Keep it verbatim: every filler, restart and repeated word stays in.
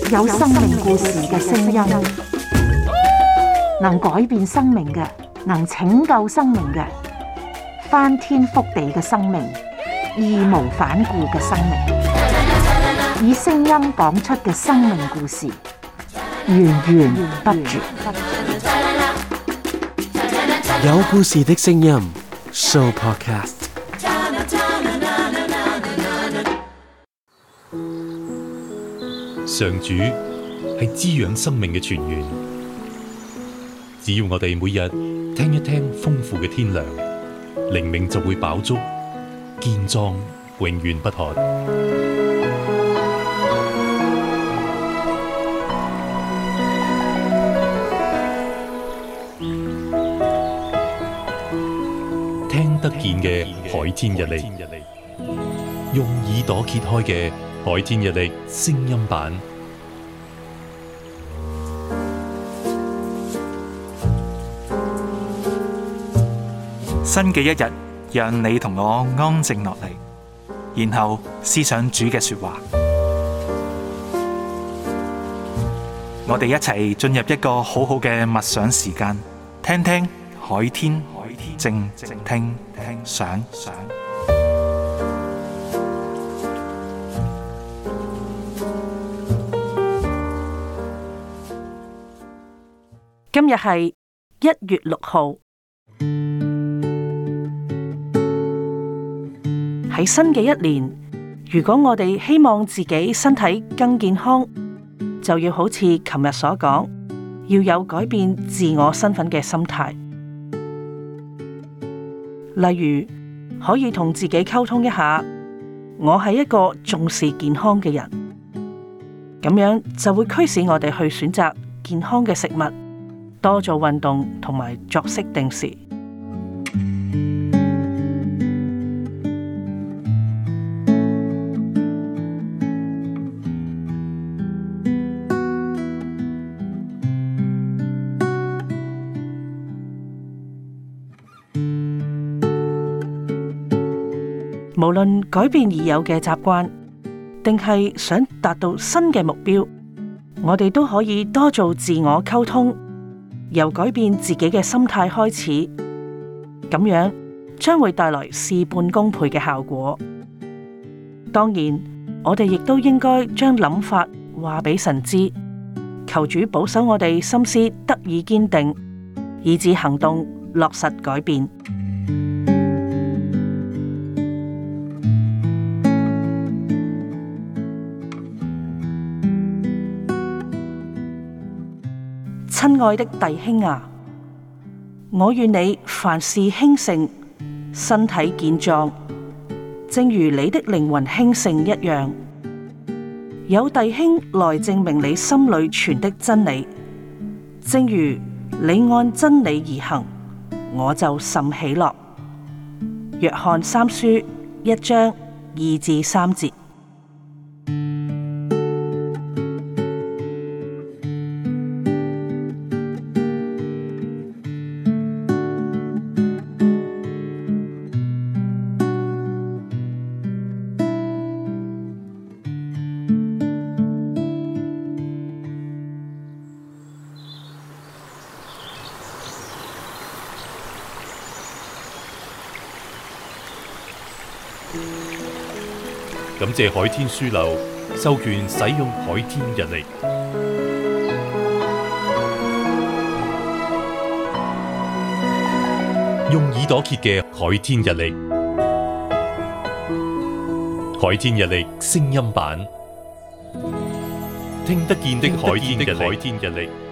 有生命故事嘅聲音，能改變生命嘅，能拯救生命嘅，翻天覆地嘅生命，義無反顧嘅生命，以聲音講出嘅生命故事，源源不絕。 有故事的聲音 Show Podcast。 上主係滋養生命嘅泉源，只要我哋每日聽一聽豐富嘅天糧，靈命就會飽足，健壯永遠不渴。聽得見嘅海天日曆，用耳朵揭開嘅海天日曆聲音版， 新嘅一日，讓你同我安靜落嚟，然後思想主嘅說話。我哋一齊進入一個好好嘅默想時間，聽聽海天，靜靜聽聽想。 今日係一月六號，喺新嘅一年，如果我哋希望自己身體更健康，就要好似琴日所講，要有改變自我身份嘅心態。例如，可以同自己溝通一下，我係一個重視健康嘅人，咁樣就會驅使我哋去選擇健康嘅食物，多做運動同埋作息定時。無論改變已有嘅習慣，定係想達到新嘅目標，我哋都可以多做自我溝通，由改變自己嘅心態開始，咁樣將會帶來事半功倍嘅效果。當然，我哋亦都應該將諗法話俾神知，求主保守我哋心思得以堅定，以致行動落實改變。親愛的弟兄啊，我願你凡事興盛，身體健壯，正如你的靈魂興盛一樣。有弟兄來證明你心裏存的真理，正如你按真理而行，我就甚喜樂。約翰三書一章二至三節。 感謝海天書樓授權使用海天日曆，用耳朵揭嘅海天日曆，海天日曆聲音版，聽得見的海天日曆。